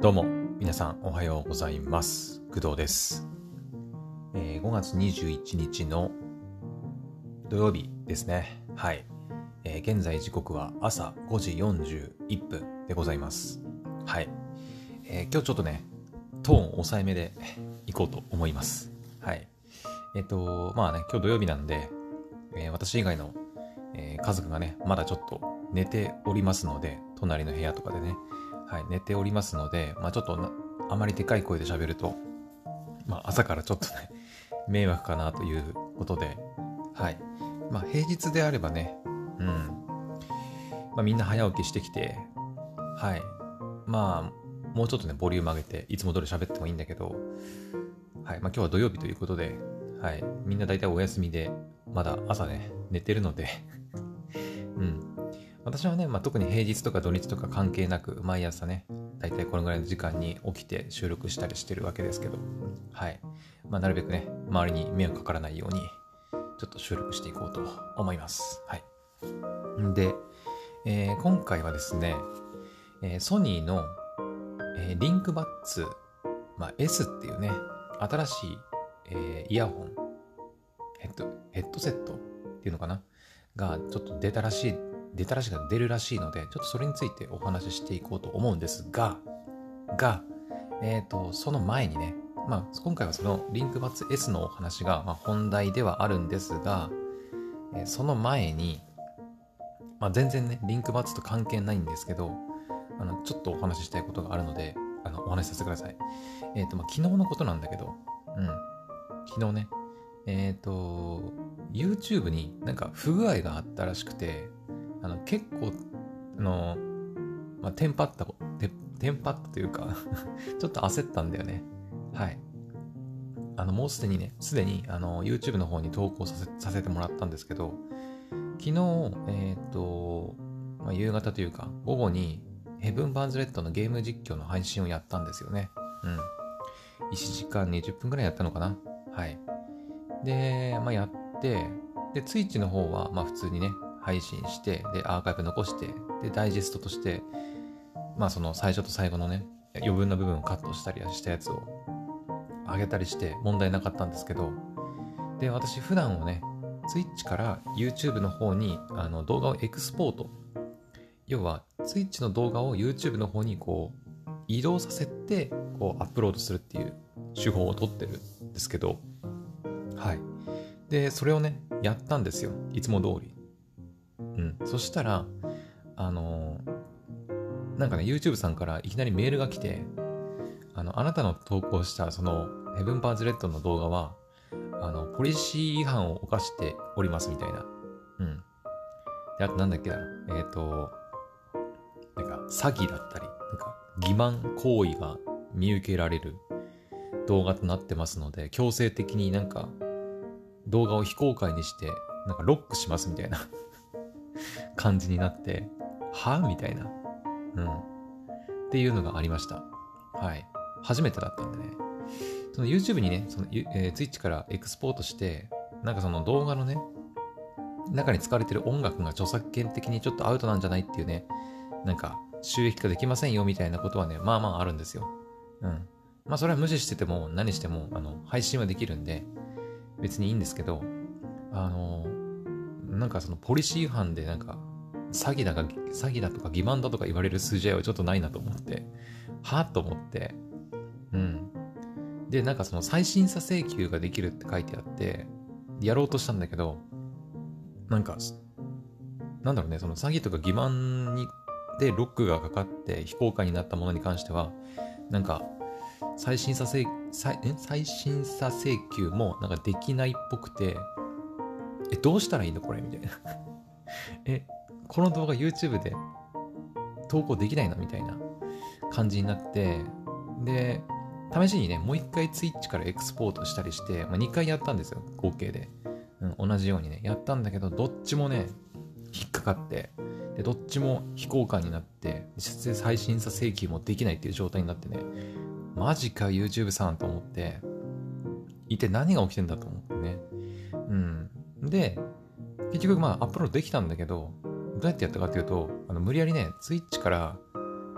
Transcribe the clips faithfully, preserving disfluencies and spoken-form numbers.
どうも皆さんおはようございます。工藤です、えー、ごがつにじゅういちにちの土曜日ですね。はい、えー、現在時刻は朝ごじよんじゅういっぷんでございます。はい、えー、今日ちょっとねトーン抑えめでいこうと思います。はいえっ、ー、とまあね今日土曜日なんで、えー、私以外の、えー、家族がねまだちょっと寝ておりますので、隣の部屋とかでねはい、寝ておりますので、まあちょっとなあまりでかい声で喋ると、まあ朝からちょっとね、迷惑かなということで、はい。まあ平日であればね、うん。まあみんな早起きしてきて、はい。まあ、もうちょっとね、ボリューム上げて、いつも通り喋ってもいいんだけど、はい。まあ今日は土曜日ということで、はい。みんな大体お休みで、まだ朝ね、寝てるので、うん。私はね、まあ、特に平日とか土日とか関係なく毎朝ねだいたいこのぐらいの時間に起きて収録したりしてるわけですけど、はい、まあ、なるべくね周りに迷惑かからないようにちょっと収録していこうと思います。はい。で、えー、今回はですね、えー、ソニーの、えー、リンクバッツ、まあ、S っていうね新しい、えー、イヤホンヘッドヘッドセットっていうのかながちょっと出たらしい出たらしいが出るらしいので、ちょっとそれについてお話ししていこうと思うんですが、が、えっと、その前にね、まあ、今回はそのリンクバッツ S のお話が、まあ、本題ではあるんですが、えーその前に、まあ、全然ね、リンクバッツと関係ないんですけど、あの、ちょっとお話ししたいことがあるので、あの、お話しさせてください。えっと、まあ、昨日のことなんだけど、うん、昨日ね、えっと、YouTube になんか不具合があったらしくて、あの結構あの、まあ、テンパったテテンパったというかちょっと焦ったんだよね。はい。あのもうすでにねすでにあの YouTube の方に投稿させさせてもらったんですけど、昨日えっ、ー、と、まあ、夕方というか午後にヘブン・バーンズ・レッドのゲーム実況の配信をやったんですよね。うん。いちじかんにじゅっぷんぐらいやったのかな。はい。で、まあ、やってで Twitch の方はまあ普通にね配信して、で、アーカイブ残して、で、ダイジェストとして、まあその最初と最後のね、余分な部分をカットしたりしたやつを上げたりして問題なかったんですけど、で、私普段はね、Twitch から YouTube の方にあの動画をエクスポート、要は Twitch の動画を YouTube の方にこう移動させてこうアップロードするっていう手法を取ってるんですけど、はい。で、それをね、やったんですよ。いつも通り。うん。そしたら、あのー、なんかね、YouTube さんからいきなりメールが来て、あの、あなたの投稿したその、ヘブン・パーズ・レッドの動画は、あの、ポリシー違反を犯しておりますみたいな。うん。で、あとなんだっけな。えっ、ー、と、なんか、詐欺だったり、なんか、欺瞞行為が見受けられる動画となってますので、強制的になんか、動画を非公開にして、なんかロックしますみたいな感じになって、はみたいな。うん。っていうのがありました。はい。初めてだったんでね。その YouTube にね、その、えー、Twitch からエクスポートして、なんかその動画のね、中に使われてる音楽が著作権的にちょっとアウトなんじゃないっていうね、なんか収益化できませんよみたいなことはね、まあまああるんですよ。うん。まあそれは無視してても何しても、あの、配信はできるんで、別にいいんですけど、あの、なんかそのポリシー違反でなんか、詐欺だか、詐欺だとか欺瞞だとか言われる数字はちょっとないなと思って、はぁと思って、うん。で、なんかその再審査請求ができるって書いてあって、やろうとしたんだけど、なんか、なんだろうね、その詐欺とか欺瞞にでロックがかかって非公開になったものに関しては、なんか、再審査請再再審査請求もなんかできないっぽくて、え、どうしたらいいのこれみたいな。え、この動画 YouTube で投稿できないのみたいな感じになって、で、試しにね、もう一回 Twitch からエクスポートしたりして、まあ、にかいやったんですよ、合計で。うん、同じようにね、やったんだけど、どっちもね、引っかかって、で、どっちも非公開になって、再審査請求もできないっていう状態になってね、マジか YouTube さんと思って、一体何が起きてんだと思ってね。うん。で、結局まあアップロードできたんだけど、どうやってやったかっていうと、あの無理やりね、Twitch から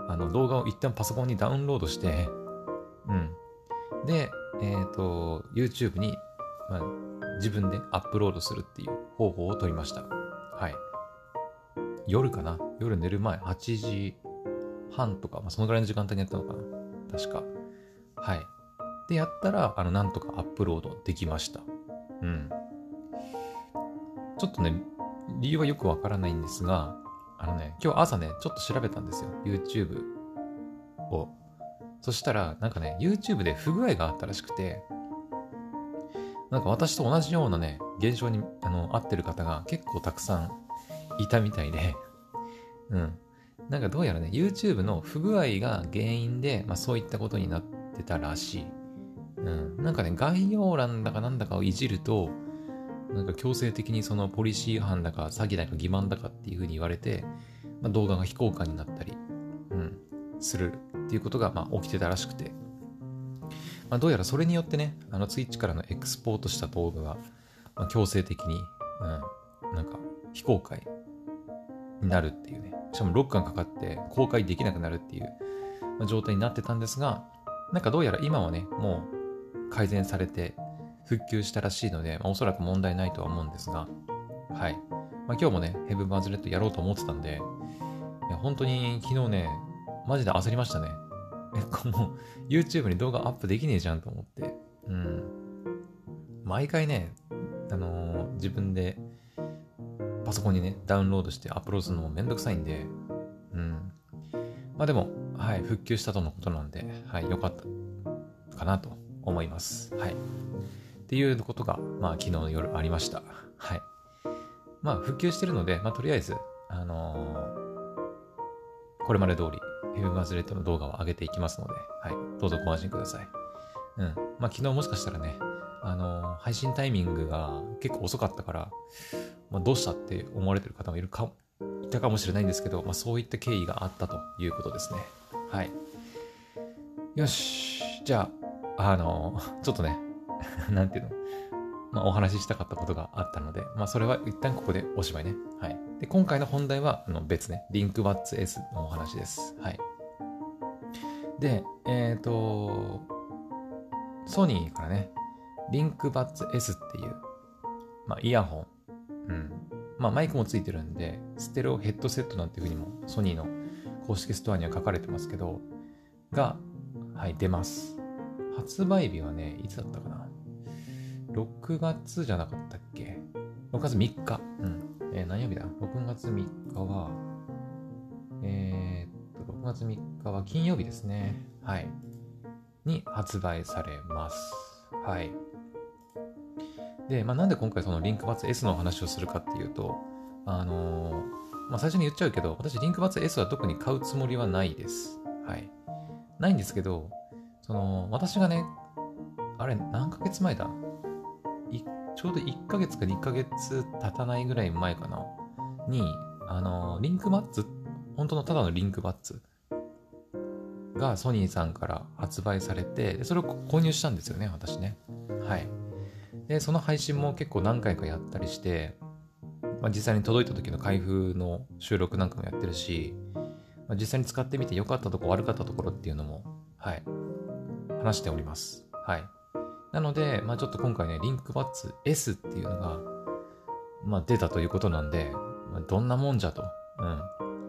あの動画を一旦パソコンにダウンロードして、うん。で、えっと、YouTube に、まあ、自分でアップロードするっていう方法を取りました。はい。夜かな夜寝る前、はちじはんとか、まあ、そのぐらいの時間帯にやったのかな確か。はい。で、やったら、あの、なんとかアップロードできました。うん。ちょっとね、理由はよくわからないんですが、あのね、今日朝ね、ちょっと調べたんですよ。YouTube を。そしたら、なんかね、YouTube で不具合があったらしくて、なんか私と同じようなね、現象にあの合ってる方が結構たくさんいたみたいで、うん。なんかどうやらね、YouTube の不具合が原因で、まあそういったことになってたらしい。うん。なんかね、概要欄だかなんだかをいじると、なんか強制的にそのポリシー違反だか詐欺だか欺瞞だかっていう風に言われて、まあ、動画が非公開になったり、うん、するっていうことがまあ起きてたらしくて、まあ、どうやらそれによってね、あの Twitch からのエクスポートした動画が、まあ、強制的に、うん、なんか非公開になるっていうね、しかもロックがかかって公開できなくなるっていう、まあ、状態になってたんですが、なんかどうやら今はね、もう改善されて復旧したらしいので、まあ、おそらく問題ないとは思うんですが、はい。まあ、今日もね、ヘブン・バズレットやろうと思ってたんで、いや本当に昨日ね、マジで焦りましたね。え、この YouTube に動画アップできねえじゃんと思って。うん。毎回ね、あのー自分でパソコンにね、ダウンロードしてアップロードするのもめんどくさいんで、うん。まあでも、はい、復旧したとのことなんで、はい、よかったかなと思います。はい。っていうことが、まあ昨日の夜ありました。はい。まあ復旧してるので、まあとりあえず、あのーこれまで通り、ヘブン・バズレットの動画を上げていきますので、はい、どうぞご安心ください。うん。まあ昨日もしかしたらね、あのー配信タイミングが結構遅かったから、まあ、どうしたって思われてる方もいるか、いたかもしれないんですけど、まあそういった経緯があったということですね。はい。よし。じゃあ、あのーちょっとね、なんていうの、まあ、お話ししたかったことがあったので、まあ、それは一旦ここでおしまいね。はい。で、今回の本題はあの別ね、リンクバッツ S のお話です。はい。で、えっ、ー、と、ソニーからね、リンクバッツ S っていう、まあ、イヤホン、うん。まあ、マイクもついてるんで、ステレオヘッドセットなんていう風にも、ソニーの公式ストアには書かれてますけど、が、はい、出ます。発売日はね、いつだったかなろくがつじゃなかったっけ ?ろくがつみっか。うん。えー、何曜日だ ?ろくがつみっかは、えー、っと、ろくがつみっかは金曜日ですね。はい。に発売されます。はい。で、まあ、なんで今回そのリンクバツ S の話をするかっていうと、あのー、まあ、最初に言っちゃうけど、私リンクバツ S は特に買うつもりはないです。はい。ないんですけど、その、私がね、あれ、何ヶ月前だちょうどいっかげつかにかげつ経たないぐらい前かなに、あの、リンクバッツ、本当のただのリンクバッツがソニーさんから発売されて、でそれを購入したんですよね、私ね。はい。で、その配信も結構何回かやったりして、まあ、実際に届いた時の開封の収録なんかもやってるし、まあ、実際に使ってみて良かったところ悪かったところっていうのも、はい、話しております。はい。なので、まあちょっと今回ね、リンクバッツ S っていうのが、まあ出たということなんで、まあ、どんなもんじゃと。うん。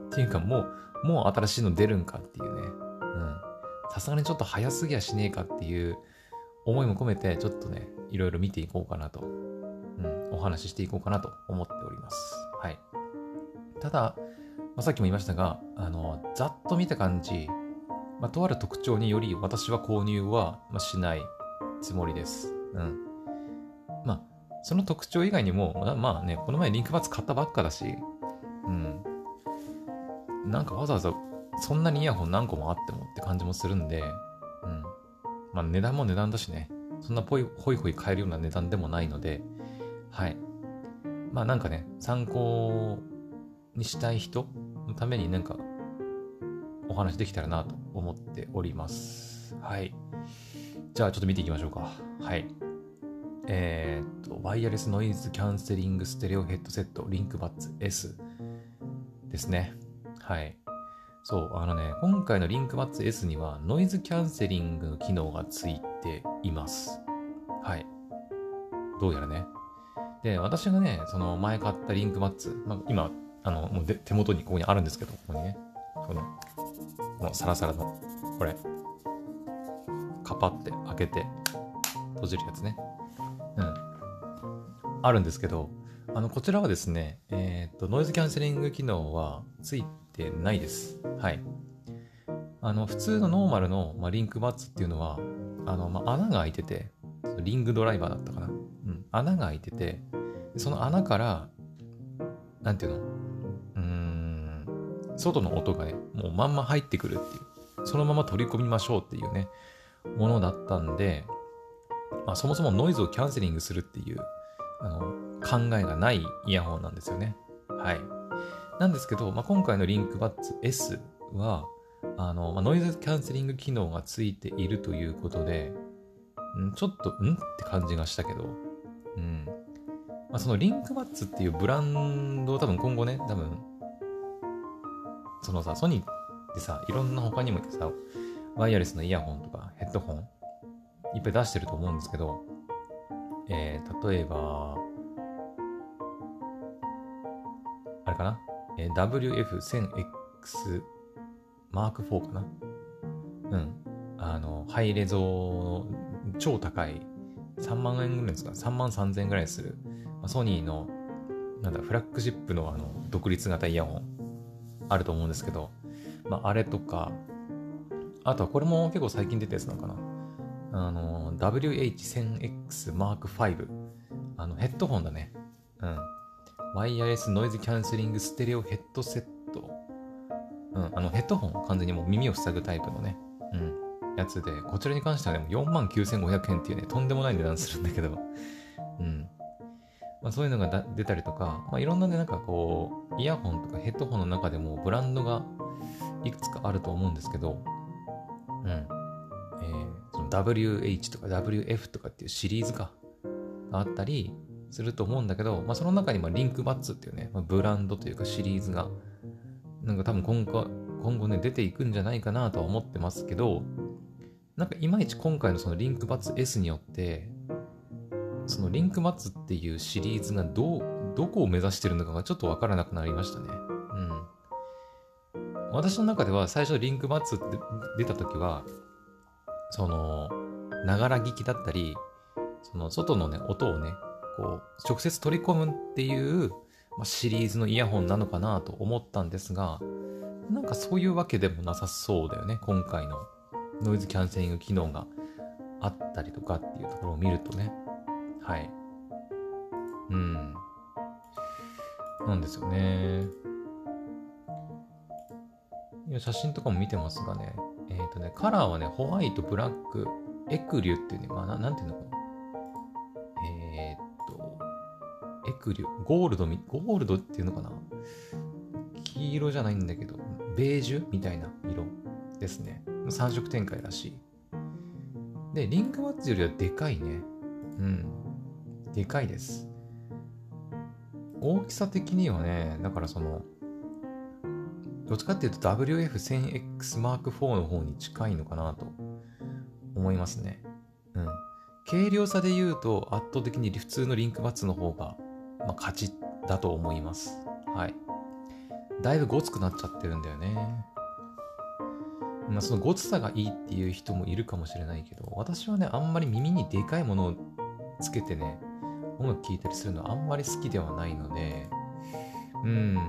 っていうかもう、もう新しいの出るんかっていうね。うん。さすがにちょっと早すぎやしねえかっていう思いも込めて、ちょっとね、いろいろ見ていこうかなと。うん。お話ししていこうかなと思っております。はい。ただ、まあ、さっきも言いましたが、あの、ざっと見た感じ、まあ、とある特徴により私は購入はしないつもりです。うん。まあ、その特徴以外にも、まあね、この前リンクバッツ買ったばっかだし、うん。なんかわざわざそんなにイヤホン何個もあってもって感じもするんで、うん。まあ値段も値段だしね、そんなぽいほいほい買えるような値段でもないので、はい。まあなんかね、参考にしたい人のためになんかお話できたらなと思っております。はい。じゃあちょっと見ていきましょうか。はい。えー、っと、ワイヤレスノイズキャンセリングステレオヘッドセットリンクバッツ S ですね。はい。 そう、あのね、今回のリンクバッツ エス にはノイズキャンセリングの機能がついています。はい。どうやらね。で、私がね、その前買ったリンクバッツ、まあ、今、あの、もうで手元にここにあるんですけど、ここにね、この、このサラサラの、これ、カパって開けて閉じるやつね。うん。あるんですけど、あの、こちらはですね、えっと、ノイズキャンセリング機能はついてないです。はい。あの、普通のノーマルの、まあ、リンクバッツっていうのは、あの、まあ、穴が開いてて、リングドライバーだったかな。うん。穴が開いてて、その穴から、なんていうのうーん、外の音がね、もうまんま入ってくるっていう、そのまま取り込みましょうっていうね、ものだったんで、まあ、そもそもノイズをキャンセリングするっていう、あの、考えがないイヤホンなんですよね。はい。なんですけど、まあ、今回のリンクバッツ エス は、あの、まあ、ノイズキャンセリング機能がついているということで、んちょっと、んって感じがしたけど、うん。まあ、そのリンクバッツっていうブランドを多分今後ね、多分、そのさ、ソニーってさ、いろんな他にもさ、ワイヤレスのイヤホンとかヘッドホン、いっぱい出してると思うんですけど、えー、例えば、あれかな、えー、ダブリューエフせんエックス マークフォーかな。うん。あの、ハイレゾ、超高い、さんまんえんぐらいですか、さんまんさんぜんえんぐらいする、まあ、ソニーの、なんだ、フラッグシップのあの、独立型イヤホン、あると思うんですけど、まあ、あれとか、あとはこれも結構最近出たやつなのかな。あの、ダブリューエイチせんエックス マークファイブ。あの、ヘッドホンだね。うん。ワイヤレスノイズキャンセリングステレオヘッドセット。うん。あの、ヘッドホン、完全にもう耳を塞ぐタイプのね。うん。やつで、こちらに関してはね、よんまんきゅうせんごひゃくえんっていうね、とんでもない値段するんだけど。うん。まあ、そういうのが出たりとか、まあ、いろんなね、なんかこう、イヤホンとかヘッドホンの中でもブランドがいくつかあると思うんですけど、うん。えー、その ダブリューエイチ とか ダブリューエフ とかっていうシリーズがあったりすると思うんだけど、まあ、その中にまあリンクバッツっていうね、まあ、ブランドというかシリーズが、なんか多分今後、今後ね、出ていくんじゃないかなとは思ってますけど、なんかいまいち今回のそのリンクバッツ エス によって、そのリンクバッツっていうシリーズがどう、どこを目指してるのかがちょっとわからなくなりましたね。うん。私の中では最初リンクバッツって出た時は、その、ながら聞きだったり、その外のね、音をね、こう、直接取り込むっていう、まあ、シリーズのイヤホンなのかなと思ったんですが、なんかそういうわけでもなさそうだよね。今回のノイズキャンセリング機能があったりとかっていうところを見るとね。はい。うん。なんですよね。いや写真とかも見てますがね。えっ、ー、とね、カラーはね、ホワイト、ブラック、エクリュっていうね、まあな、なんていうのかな。えっ、ー、と、エクリュ、ゴールドみ、ゴールドっていうのかな。黄色じゃないんだけど、ベージュみたいな色ですね。さん色展開らしい。で、リンクマッチよりはでかいね。うん。でかいです。大きさ的にはね、だからその、どっちかっていうと ダブリューエフせんエックス マークフォーの方に近いのかなと思いますね。うん。軽量さで言うと圧倒的に普通のリンクバッツの方が、まあ、勝ちだと思います。はい。だいぶごつくなっちゃってるんだよね。まあ、そのごつさがいいっていう人もいるかもしれないけど、私はね、あんまり耳にでかいものをつけてね、音楽聴いたりするのはあんまり好きではないので、うーん。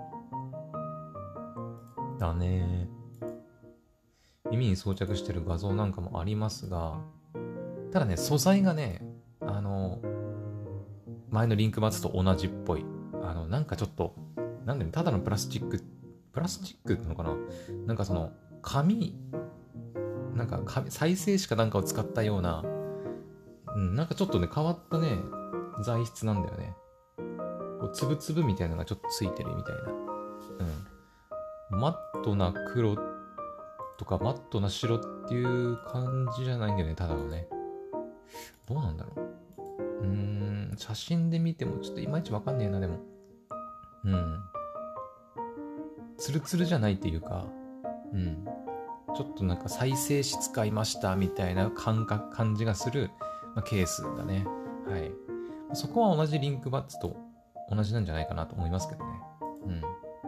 だね。耳に装着してる画像なんかもありますが、ただね、素材がね、あの、前のリンクバッツと同じっぽい。あの、なんかちょっと、なんで、ただのプラスチック、プラスチックなのかな、なんかその、紙、なんか紙、再生紙かなんかを使ったような、うん、なんかちょっとね、変わったね、材質なんだよね。こう、つぶつぶみたいなのがちょっとついてるみたいな。うん。マットな黒とか、マットな白っていう感じじゃないんだよね、ただのね。どうなんだろう。うーん、写真で見てもちょっといまいちわかんねえな、でも。うん。ツルツルじゃないっていうか、 うん。ちょっとなんか再生紙使いましたみたいな感覚、感じがする、まあ、ケースだね。はい。そこは同じリンクバッツと同じなんじゃないかなと思いますけどね。うん。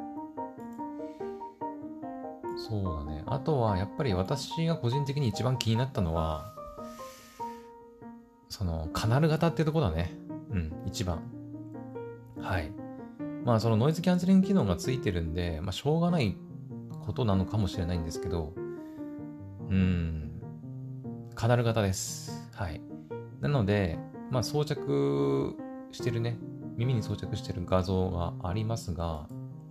そうだね。あとはやっぱり私が個人的に一番気になったのは、そのカナル型ってとこだね。うん、一番。はい。まあそのノイズキャンセリング機能がついてるんで、まあしょうがないことなのかもしれないんですけど、うーん、カナル型です。はい。なので、まあ装着してるね、耳に装着してる画像がありますが、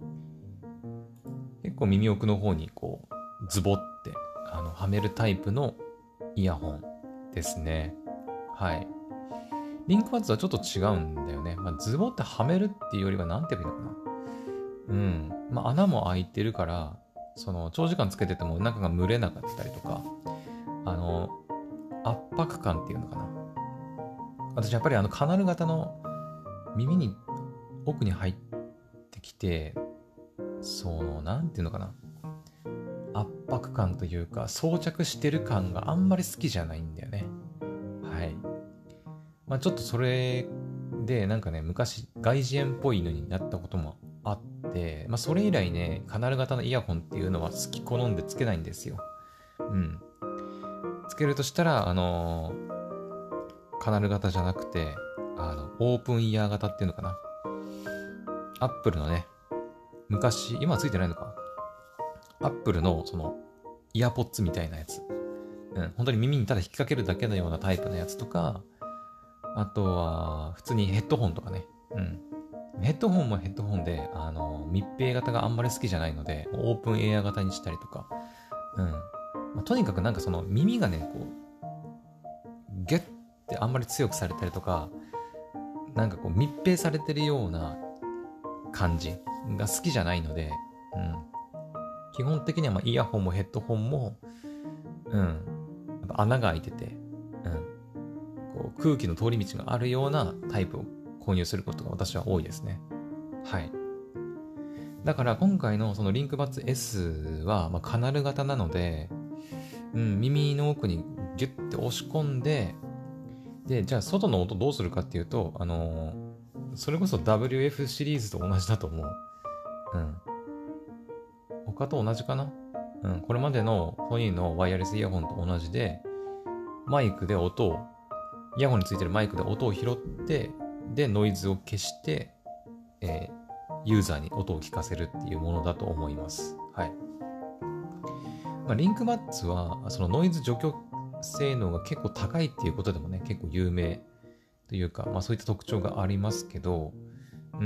結構耳奥の方にこう、ズボってあのはめるタイプのイヤホンですね。はい。リンクパッドはちょっと違うんだよね。まあ、ズボってはめるっていうよりは何て言えばいいのかな。うん。まあ、穴も開いてるから、その、長時間つけてても中が蒸れなかったりとか、あの、圧迫感っていうのかな。私やっぱりあの、カナル型の耳に奥に入ってきて、その、なんていうのかな。圧迫感というか、装着してる感があんまり好きじゃないんだよね。はい。まあちょっとそれでなんかね、昔外耳炎っぽいのになったこともあって、まあそれ以来ね、カナル型のイヤホンっていうのは好き好んでつけないんですよ。うん。つけるとしたら、あのーカナル型じゃなくて、あの、オープンイヤー型っていうのかな。アップルのね、昔、今はついてないのか。アップルのその、イヤーポッツみたいなやつ。うん、本当に耳にただ引っ掛けるだけのようなタイプのやつとか、あとは、普通にヘッドホンとかね。うん。ヘッドホンもヘッドホンで、あの、密閉型があんまり好きじゃないので、オープンエア型にしたりとか。うん。まあ、とにかくなんかその耳がね、こう、ギュッてあんまり強くされたりとか、なんかこう密閉されてるような感じが好きじゃないので、うん。基本的にはまあイヤホンもヘッドホンも、うん。やっぱ穴が開いてて、うん。こう空気の通り道があるようなタイプを購入することが私は多いですね。はい。だから今回のそのリンクバッツ S はまあカナル型なので、うん、耳の奥にギュッて押し込んで、で、じゃあ外の音どうするかっていうと、あのーそれこそ ダブリューエフ シリーズと同じだと思う。うん。他と同じかな。うん。これまでのソニーのワイヤレスイヤホンと同じで、マイクで音を、イヤホンについてるマイクで音を拾って、で、ノイズを消して、えーユーザーに音を聞かせるっていうものだと思います。はい。まあ、リンクバッツは、そのノイズ除去性能が結構高いっていうことでもね、結構有名というか、まあそういった特徴がありますけど、うん。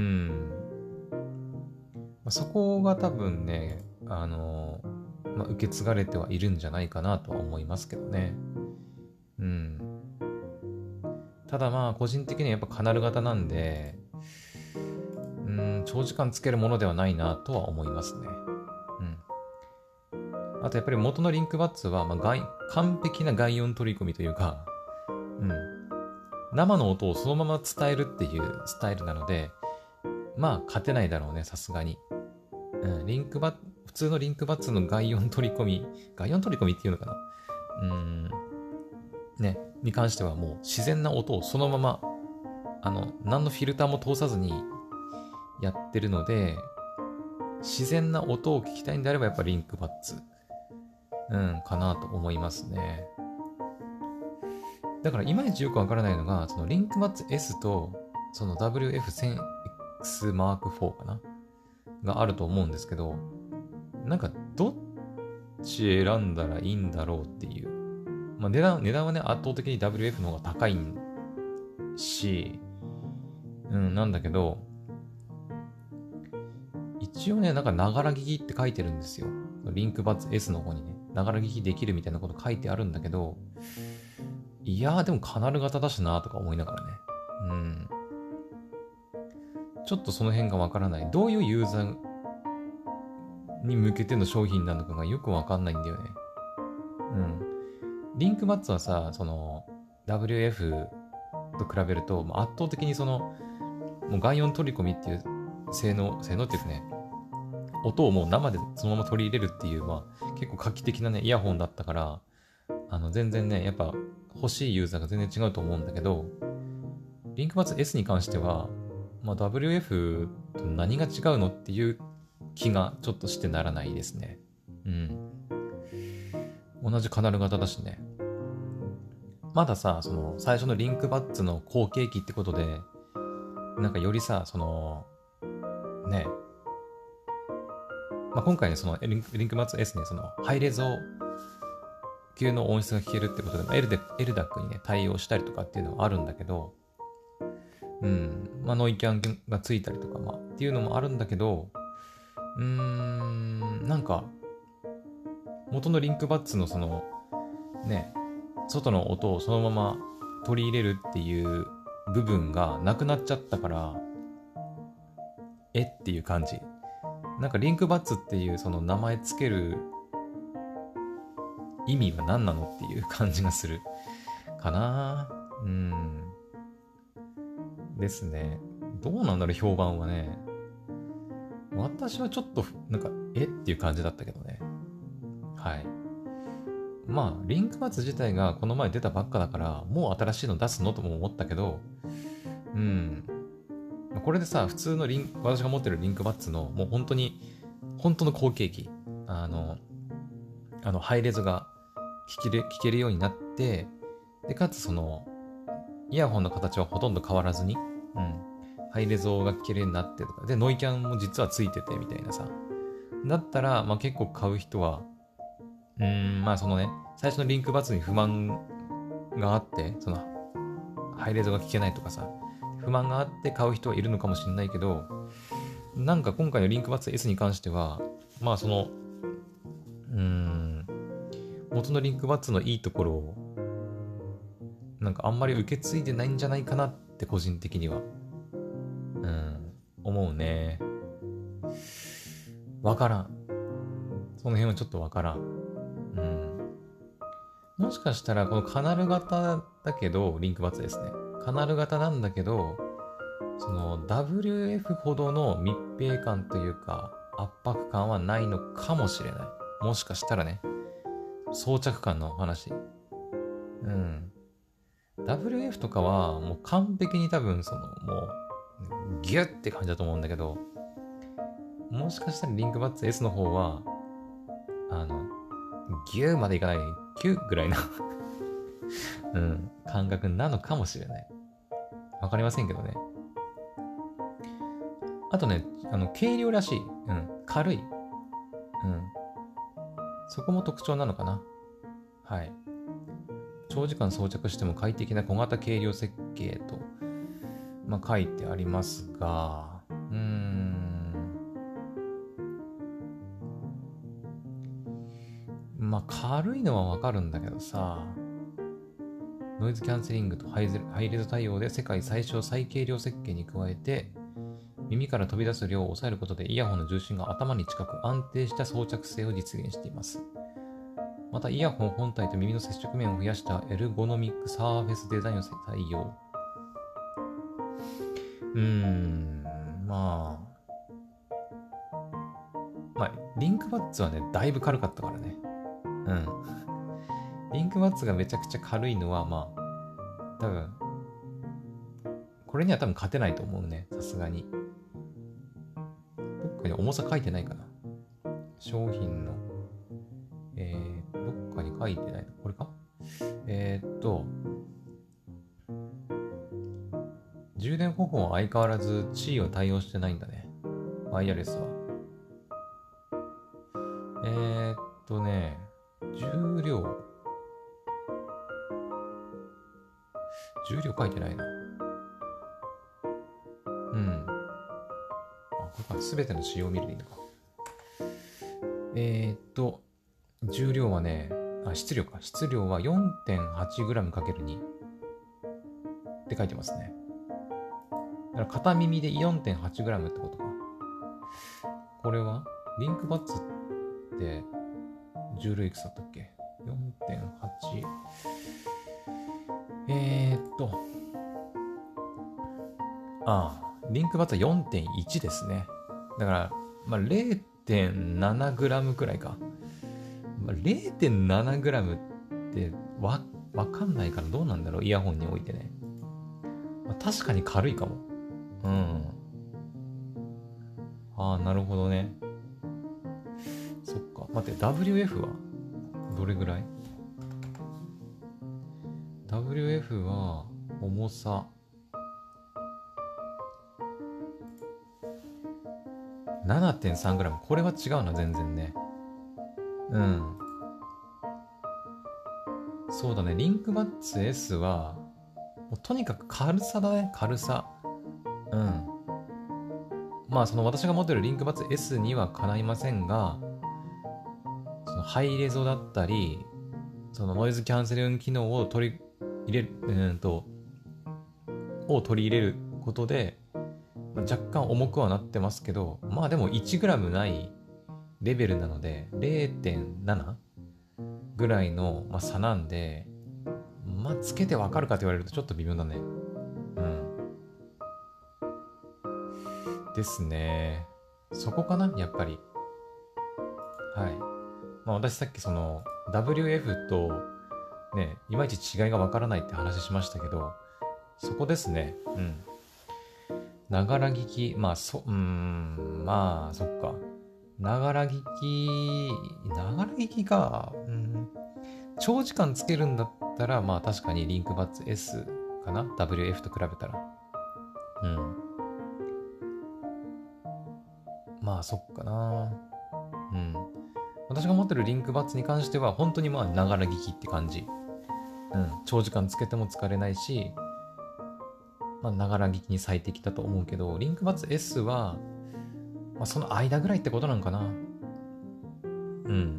まあ、そこが多分ね、あの、まあ、受け継がれてはいるんじゃないかなとは思いますけどね。うん。ただまあ、個人的にはやっぱカナル型なんで、うん、長時間つけるものではないなとは思いますね。うん。あとやっぱり元のリンクバッツは、まあ、外完璧な外音取り込みというか、うん。生の音をそのまま伝えるっていうスタイルなので、まあ勝てないだろうね、さすがに。うん、リンクバッ、普通のリンクバッツの外音取り込み、外音取り込みっていうのかな。うん、ね、に関してはもう自然な音をそのまま、あの、何のフィルターも通さずにやってるので、自然な音を聞きたいんであればやっぱリンクバッツ、うん、かなと思いますね。だからいまいちよくわからないのが、そのリンクバッツ S と、その ダブリューエフせんエックス マークフォー かながあると思うんですけど、なんかどっち選んだらいいんだろうっていう。まあ値段、値段はね、圧倒的に ダブリューエフ の方が高いし、うん、なんだけど、一応ね、なんか、ながら聞きって書いてるんですよ。リンクバッツ S の方にね、ながら聞きできるみたいなこと書いてあるんだけど、いやーでもカナル型だしなーとか思いながらね。うん。ちょっとその辺がわからない。どういうユーザーに向けての商品なのかがよくわかんないんだよね。うん。リンクバッツはさ、その ダブリューエフ と比べると、圧倒的にその、もう外音取り込みっていう性能、性能っていうかね、音をもう生でそのまま取り入れるっていう、まあ、 結構画期的なね、イヤホンだったから、あの、全然ね、やっぱ欲しいユーザーが全然違うと思うんだけど、リンクバッツ S に関しては、まあ、ダブリューエフ と何が違うのっていう気がちょっとしてならないですね。うん。同じカナル型だしね。まださ、その最初のリンクバッツの後継機ってことで、なんかよりさ、その、ね、まあ、今回ね、そのリンク、リンクバッツ S ね、そのハイレゾ級の音質が聞けるってことで、エルデ、エルダックにね、対応したりとかっていうのはあるんだけど、うん、まあ、ノイキャンがついたりとか、まあ、っていうのもあるんだけど、うーん、なんか、元のリンクバッツのその、ね、外の音をそのまま取り入れるっていう部分がなくなっちゃったから、えっていう感じ。なんかリンクバッツっていうその名前つける意味は何なのっていう感じがするかな。うん。ですね。どうなんだろう、評判はね。私はちょっと、なんか、えっていう感じだったけどね。はい。まあ、リンクバッツ自体がこの前出たばっかだから、もう新しいの出すのとも思ったけど、うん。これでさ、普通のリンク、私が持ってるリンクバッツの、もう本当に、本当の後継機。あの、あの、ハイレゾが聞ける、聞けるようになって、で、かつその、イヤホンの形はほとんど変わらずに、うん。ハイレゾが聞けるようになってとか、で、ノイキャンも実はついててみたいなさ。だったら、まあ結構買う人は、うーん、まあそのね、最初のリンクバツに不満があって、その、ハイレゾが聞けないとかさ、不満があって買う人はいるのかもしれないけど、なんか今回のリンクバツ S に関しては、まあその、うーん、元のリンクバッツのいいところを、なんかあんまり受け継いでないんじゃないかなって個人的には、うん、思うね。わからん。その辺はちょっとわからん。うん。もしかしたらこのカナル型だけど、リンクバッツですね。カナル型なんだけど、その ダブリューエフ ほどの密閉感というか圧迫感はないのかもしれない。もしかしたらね。装着感の話。うん。ダブリューエフ とかはもう完璧に多分そのもうギュッって感じだと思うんだけど、もしかしたらリンクバッツ S の方はあのギューまでいかないキュッぐらいなうん感覚なのかもしれない。わかりませんけどね。あとね、あの軽量らしい。うん。軽い。うん。そこも特徴なのかな。はい。長時間装着しても快適な小型軽量設計と、まあ、書いてありますが、うーん。まあ、軽いのはわかるんだけどさ、ノイズキャンセリングとハイレゾ対応で世界最小最軽量設計に加えて、耳から飛び出す量を抑えることでイヤホンの重心が頭に近く安定した装着性を実現しています。またイヤホン本体と耳の接触面を増やしたエルゴノミックサーフェスデザインを採用。うーん、まあ。まあ、リンクバッツはね、だいぶ軽かったからね。うん。リンクバッツがめちゃくちゃ軽いのは、まあ、多分、これには多分勝てないと思うね。さすがに。どっかに重さ書いてないかな。商品の、えー、どっかに書いてないのこれかえー、っと、充電方法は相変わらず地位は対応してないんだね。ワイヤレスは。えー、っとね、重量。重量書いてないな。うん。あ、これか。すべての仕様を見るでいいのか。えー、っと、重量はね、あ、質量か。質量は よんてんはちグラムかけるに って書いてますね。だから片耳で よんてんはちグラム ってことか。これはリンクバッツって重量いくつだったっけ ?よんてんはち。えーっと。ああ、リンクバッツは よんてんいち ですね。だから、まあ、れいてんななグラム くらいか。 まあ、れいてんななグラム ってわ、わかんないからどうなんだろう、イヤホンにおいてね。まあ、確かに軽いかも。うん。ああ、なるほどね。そっか。待って、ダブリューエフ はどれぐらい？ ダブリューエフ は重さななてんさんグラム。これは違うな、全然ね。うん。そうだね。リンクバッツ S は、もうとにかく軽さだね。軽さ。うん。まあ、その私が持ってるリンクバッツ S にはかないませんが、そのハイレゾだったり、そのノイズキャンセリング機能を取り入れる、うんと、を取り入れることで、若干重くはなってますけど、まあでも いちグラム ないレベルなので れいてんなな ぐらいの、まあ、差なんで、まあつけてわかるかと言われるとちょっと微妙だね。うん。ですね。そこかなやっぱり。はい。まあ私さっきその ダブリューエフ とね、いまいち違いがわからないって話しましたけど、そこですね。うん。ながら聞き、まあそ、うーん、まあそっか。ながら聞き、ながら聞きか。うん。長時間つけるんだったら、まあ確かにリンクバッツ S かな ダブリューエフ と比べたら。うん。まあそっかな。うん。私が持ってるリンクバッツに関しては、本当にまあながら聞きって感じ。うん。長時間つけても疲れないし、まあながら聞きに最適だと思うけど、リンクバッツ S は、まあその間ぐらいってことなんかな。うん。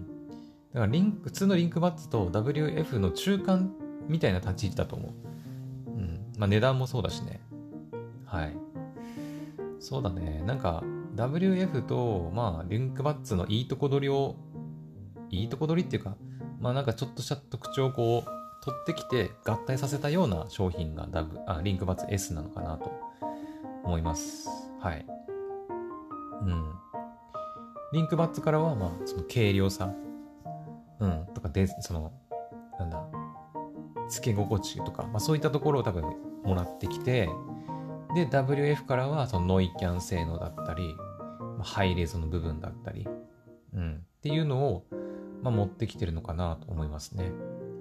だからリンク、普通のリンクバッツと ダブリューエフ の中間みたいな立ち位置だと思う。うん。まあ値段もそうだしね。はい。そうだね。なんか ダブリューエフ と、まあリンクバッツのいいとこ取りを、いいとこ取りっていうか、まあなんかちょっとした特徴をこう、取ってきて合体させたような商品がダブあリンクバッツ S なのかなと思います。はい。うん。リンクバッツからは、まあ、その軽量さ、うん、とかで、その、なんだ、付け心地とか、まあそういったところを多分もらってきて、で、ダブリューエフ からはそのノイキャン性能だったり、ハイレゾの部分だったり、うん、っていうのを、まあ、持ってきてるのかなと思いますね。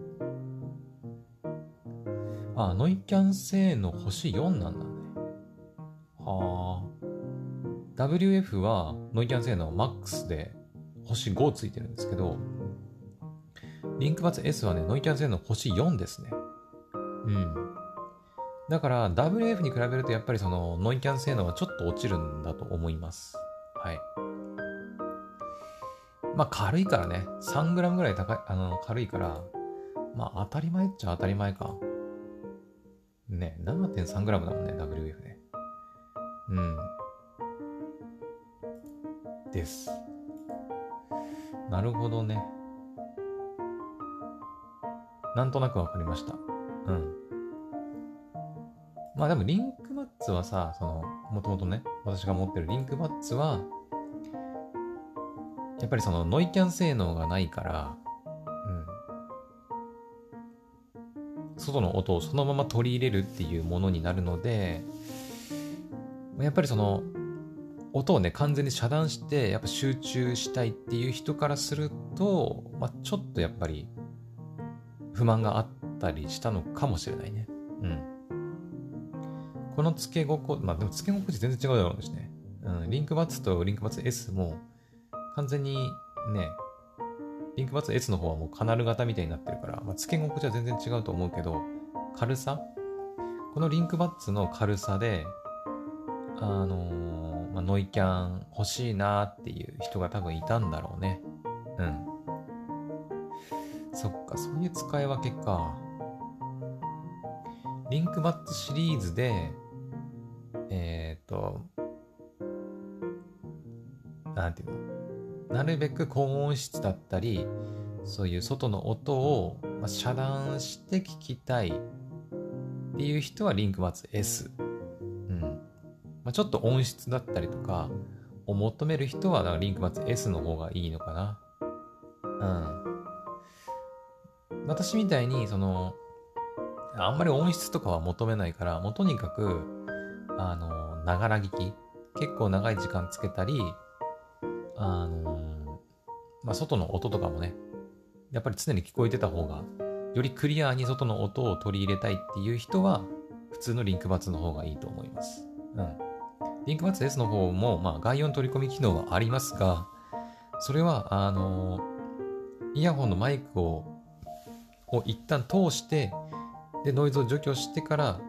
あ、ノイキャン性能星よんなんだね。はあ。ダブリューエフ はノイキャン性能マックスで星ごついてるんですけど、リンクバッツ S はね、ノイキャン性能星よんですね。うん。だから ダブリューエフ に比べるとやっぱりそのノイキャン性能はちょっと落ちるんだと思います。はい。まあ軽いからね、さんグラムぐらい高い、あの、軽いから、まあ当たり前っちゃ当たり前か。ね、ななてんさんグラム だもんね、ダブリューエフ ね。うん。です。なるほどね。なんとなくわかりました。うん。まあでもリンクバッツはさ、その、もともとね、私が持ってるリンクバッツは、やっぱりそのノイキャン性能がないから、うん。外の音をそのまま取り入れるっていうものになるので、やっぱりその、音をね、完全に遮断して、やっぱ集中したいっていう人からすると、まあちょっとやっぱり、不満があったりしたのかもしれないね。うん。この付け心地、まあでも付け心地全然違うだろうしね。うん。リンクバッツとリンクバッツ S も、完全にね、リンクバッツ S の方はもうカナル型みたいになってるから、まあ、付け心地は全然違うと思うけど、軽さこのリンクバッツの軽さで、あのーまあ、ノイキャン欲しいなっていう人が多分いたんだろうね。うん。そっか、そういう使い分けか。リンクバッツシリーズで、えっ、ー、と、なんていうのなるべく高音質だったり、そういう外の音を、まあ、遮断して聞きたいっていう人はリンクバッツ S。うん。まあ、ちょっと音質だったりとかを求める人はリンクバッツ S の方がいいのかな。うん。 私みたいにそのあんまり音質とかは求めないから、もうとにかくあのながら聞き、結構長い時間つけたり、あのまあ外の音とかもね、やっぱり常に聞こえてた方がよりクリアに外の音を取り入れたいっていう人は普通のリンクバッツの方がいいと思います。うん。リンクバッツ S の方もまあ外音取り込み機能はありますが、それはあのイヤホンのマイクをを一旦通してでノイズを除去してから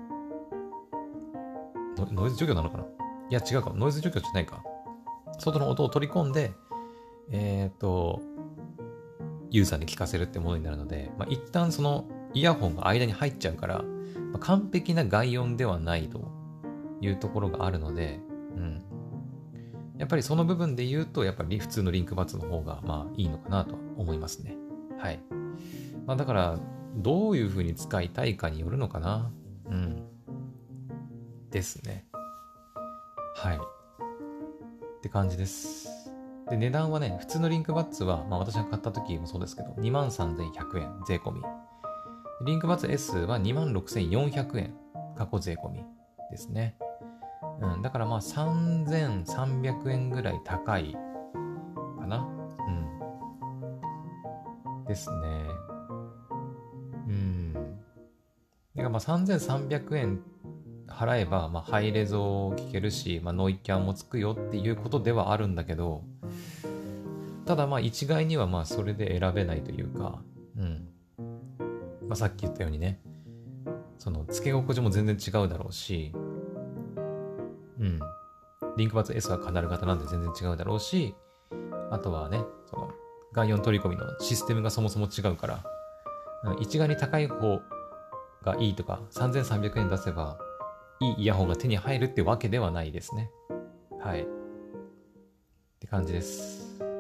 ノノイズ除去なのかな、いや違うか、ノイズ除去じゃないか、外の音を取り込んでえっとユーザーに聞かせるってものになるので、まあ、一旦そのイヤホンが間に入っちゃうから、まあ、完璧な外音ではないというところがあるので、うん、やっぱりその部分で言うとやっぱり普通のリンクバッツの方がまあいいのかなと思いますね。はい。まあ、だからどういう風に使いたいかによるのかな。うん。ですね。はい。って感じです。で、値段はね、普通のリンクバッツは、まあ私が買った時もそうですけど、にまんさんぜんひゃくえん税込み。リンクバッツ S は にまんろくせんよんひゃくえん過去税込みですね。うん、だからまあさんぜんさんびゃくえんぐらい高いかな。うん。ですね。うん。だからまあさんぜんさんびゃくえん払えば、まあ、ハイレゾ聞けるし、まあ、ノイキャンもつくよっていうことではあるんだけど、ただまあ一概にはまあそれで選べないというか、うん。まあ、さっき言ったようにね、その付け心地も全然違うだろうし、うん。リンクバッツ S はカナル型なんで全然違うだろうし、あとはね、その外音取り込みのシステムがそもそも違うから、一概に高い方がいいとか、さんぜんさんびゃくえん出せばいいイヤホンが手に入るってわけではないですね。はい。って感じです。うん。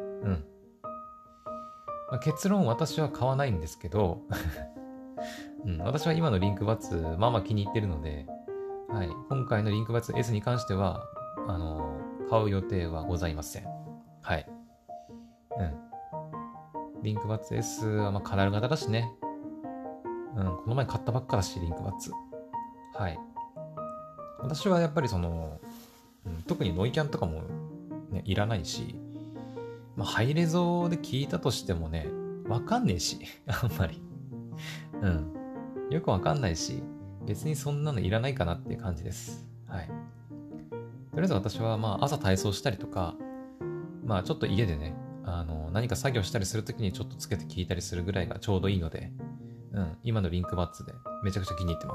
まあ、結論、私は買わないんですけど、うん、私は今のリンクバッツ、まあまあ気に入ってるので、はい。今回のリンクバッツ S に関しては、あのー、買う予定はございません。はい。うん。リンクバッツ S はまあカナル型だしね。うん。この前買ったばっかだし、リンクバッツ。はい。私はやっぱりその、うん、特にノイキャンとかも、ね、いらないし、まあ、ハイレゾで聞いたとしてもね、わかんねえし、あんまり。うん。よくわかんないし、別にそんなのいらないかなっていう感じです。はい。とりあえず私はまあ朝体操したりとか、まあちょっと家でね、あの、何か作業したりするときにちょっとつけて聞いたりするぐらいがちょうどいいので、うん、今のリンクバッツでめちゃくちゃ気に入ってます。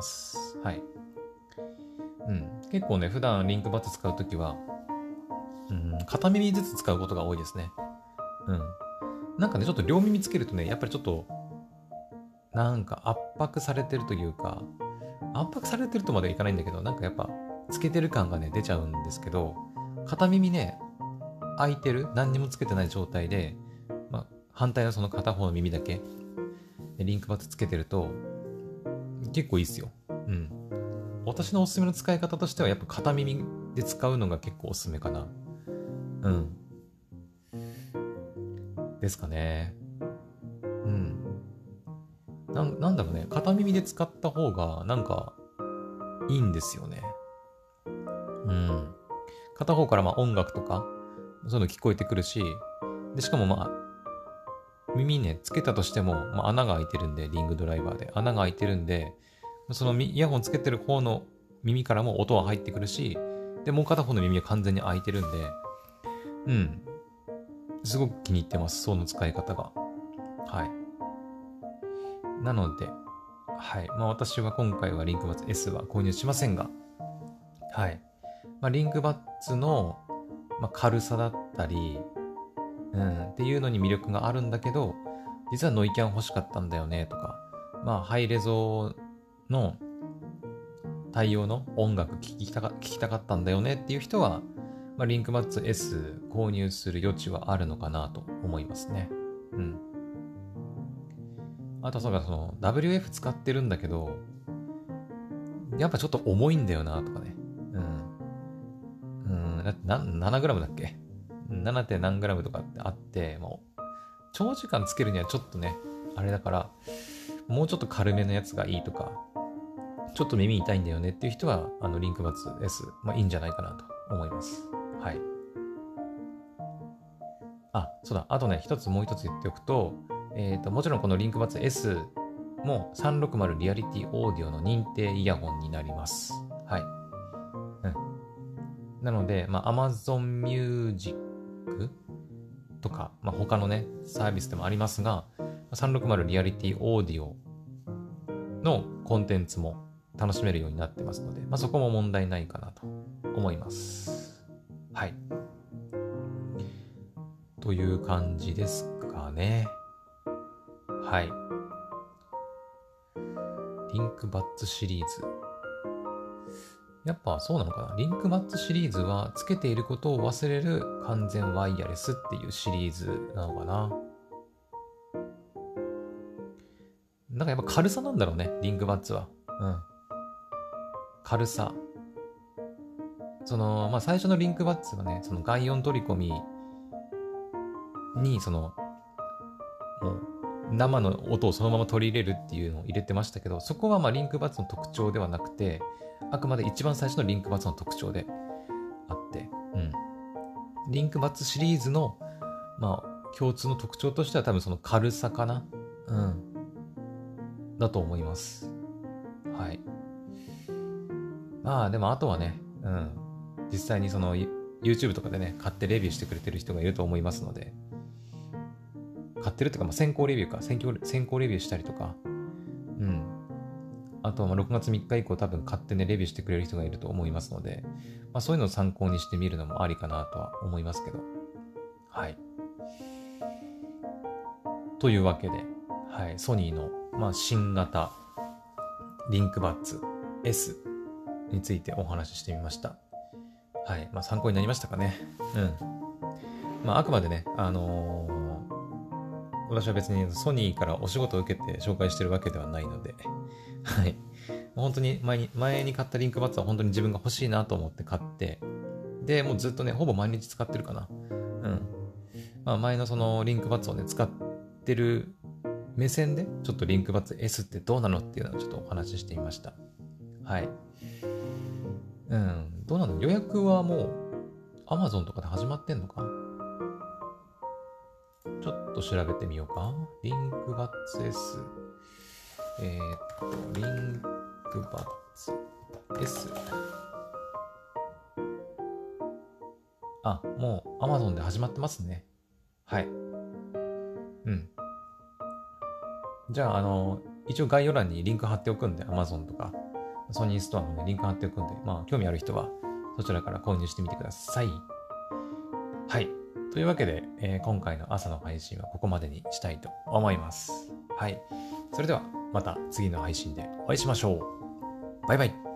はい。うん。結構ね、普段リンクバッツ使うときは、うん、片耳ずつ使うことが多いですね。うん。なんかね、ちょっと両耳つけるとね、やっぱりちょっと、なんか圧迫されてるというか、圧迫されてるとまではいかないんだけど、なんかやっぱ、つけてる感がね、出ちゃうんですけど、片耳ね、開いてる、何にもつけてない状態で、まあ、反対のその片方の耳だけ、リンクバッツつけてると、結構いいっすよ。うん。私のおすすめの使い方としては、やっぱ片耳で使うのが結構おすすめかな。うん。ですかね。うん。な、なんだろうね。片耳で使った方が、なんか、いいんですよね。うん。片方からまあ音楽とか、そういうの聞こえてくるし、で、しかもまあ、耳ね、つけたとしても、まあ、穴が開いてるんで、リングドライバーで。穴が開いてるんで、そのイヤホンつけてる方の耳からも音は入ってくるし、で、もう片方の耳は完全に開いてるんで、うん。すごく気に入ってます。その使い方が。はい。なので、はい。まあ私は今回はリンクバッツ S は購入しませんが、はい。まあリンクバッツの、まあ、軽さだったり、うん、っていうのに魅力があるんだけど、実はノイキャン欲しかったんだよねとか、まあハイレゾの対応の音楽聴きたか、聞きたかったんだよねっていう人は、まあ、リンクバッツ S 購入する余地はあるのかなと思いますね。うん。あとそうか、その ダブリューエフ 使ってるんだけど、やっぱちょっと重いんだよなとかね。うん。うん、だってなななグラムだっけ ?なな. 点何グラムとかってあって、もう長時間つけるにはちょっとね、あれだから、 もうちょっと軽めのやつがいいとか、ちょっと耳痛いんだよねっていう人は、あの、リンクバッツ S、まあいいんじゃないかなと思います。はい。あ、そうだ。あとね、一つもう一つ言っておくと、えっと、もちろんこのリンクバッツ S もさんびゃくろくじゅうリアリティオーディオの認定イヤホンになります。はい。うん。なので、まあ、Amazon Music とか、まあ、他のね、サービスでもありますが、さんびゃくろくじゅうリアリティオーディオのコンテンツも楽しめるようになってますので、まあ、そこも問題ないかなと思います。はい。という感じですかね。はい。リンクバッツシリーズ。やっぱそうなのかな。リンクバッツシリーズはつけていることを忘れる完全ワイヤレスっていうシリーズなのかな。なんかやっぱ軽さなんだろうね、リンクバッツは。うん。軽さ。その、まあ最初のリンクバッツはね、その外音取り込みに、その、もう生の音をそのまま取り入れるっていうのを入れてましたけど、そこはまあリンクバッツの特徴ではなくて、あくまで一番最初のリンクバッツの特徴であって、うん。リンクバッツシリーズの、まあ、共通の特徴としては多分その軽さかな。うん。だと思います。はい。まあ、でもあとはね、うん。実際にその YouTube とかでね、買ってレビューしてくれてる人がいると思いますので、買ってるっていうか、まあ、先行レビューか、先行、先行レビューしたりとか、うん。あとはまあろくがつみっか以降多分買ってね、レビューしてくれる人がいると思いますので、まあそういうのを参考にしてみるのもありかなとは思いますけど。はい。というわけで、はい、ソニーの、まあ、新型リンクバッツ S についてお話ししてみました。はい、まあ参考になりましたかね。うん。まああくまでね、あのー私は別にソニーからお仕事を受けて紹介してるわけではないので、はい。本当に前に、前に買ったリンクバッツは本当に自分が欲しいなと思って買って、で、もうずっとね、ほぼ毎日使ってるかな。うん。まあ前のそのリンクバッツをね、使ってる目線で、ちょっとリンクバッツ S ってどうなのっていうのをちょっとお話ししてみました。はい。うん。どうなの？予約はもう Amazon とかで始まってんのか？ちょっと調べてみようか。リンクバッツ S。えー、っと、リンクバッツ S。あ、もう Amazon で始まってますね。はい。うん。じゃあ、あの、一応概要欄にリンク貼っておくんで、Amazon とか、ソニーストアの、ね、リンク貼っておくんで、まあ、興味ある人は、そちらから購入してみてください。はい。というわけで、えー、今回の朝の配信はここまでにしたいと思います。はい。それでは、また次の配信でお会いしましょう。バイバイ。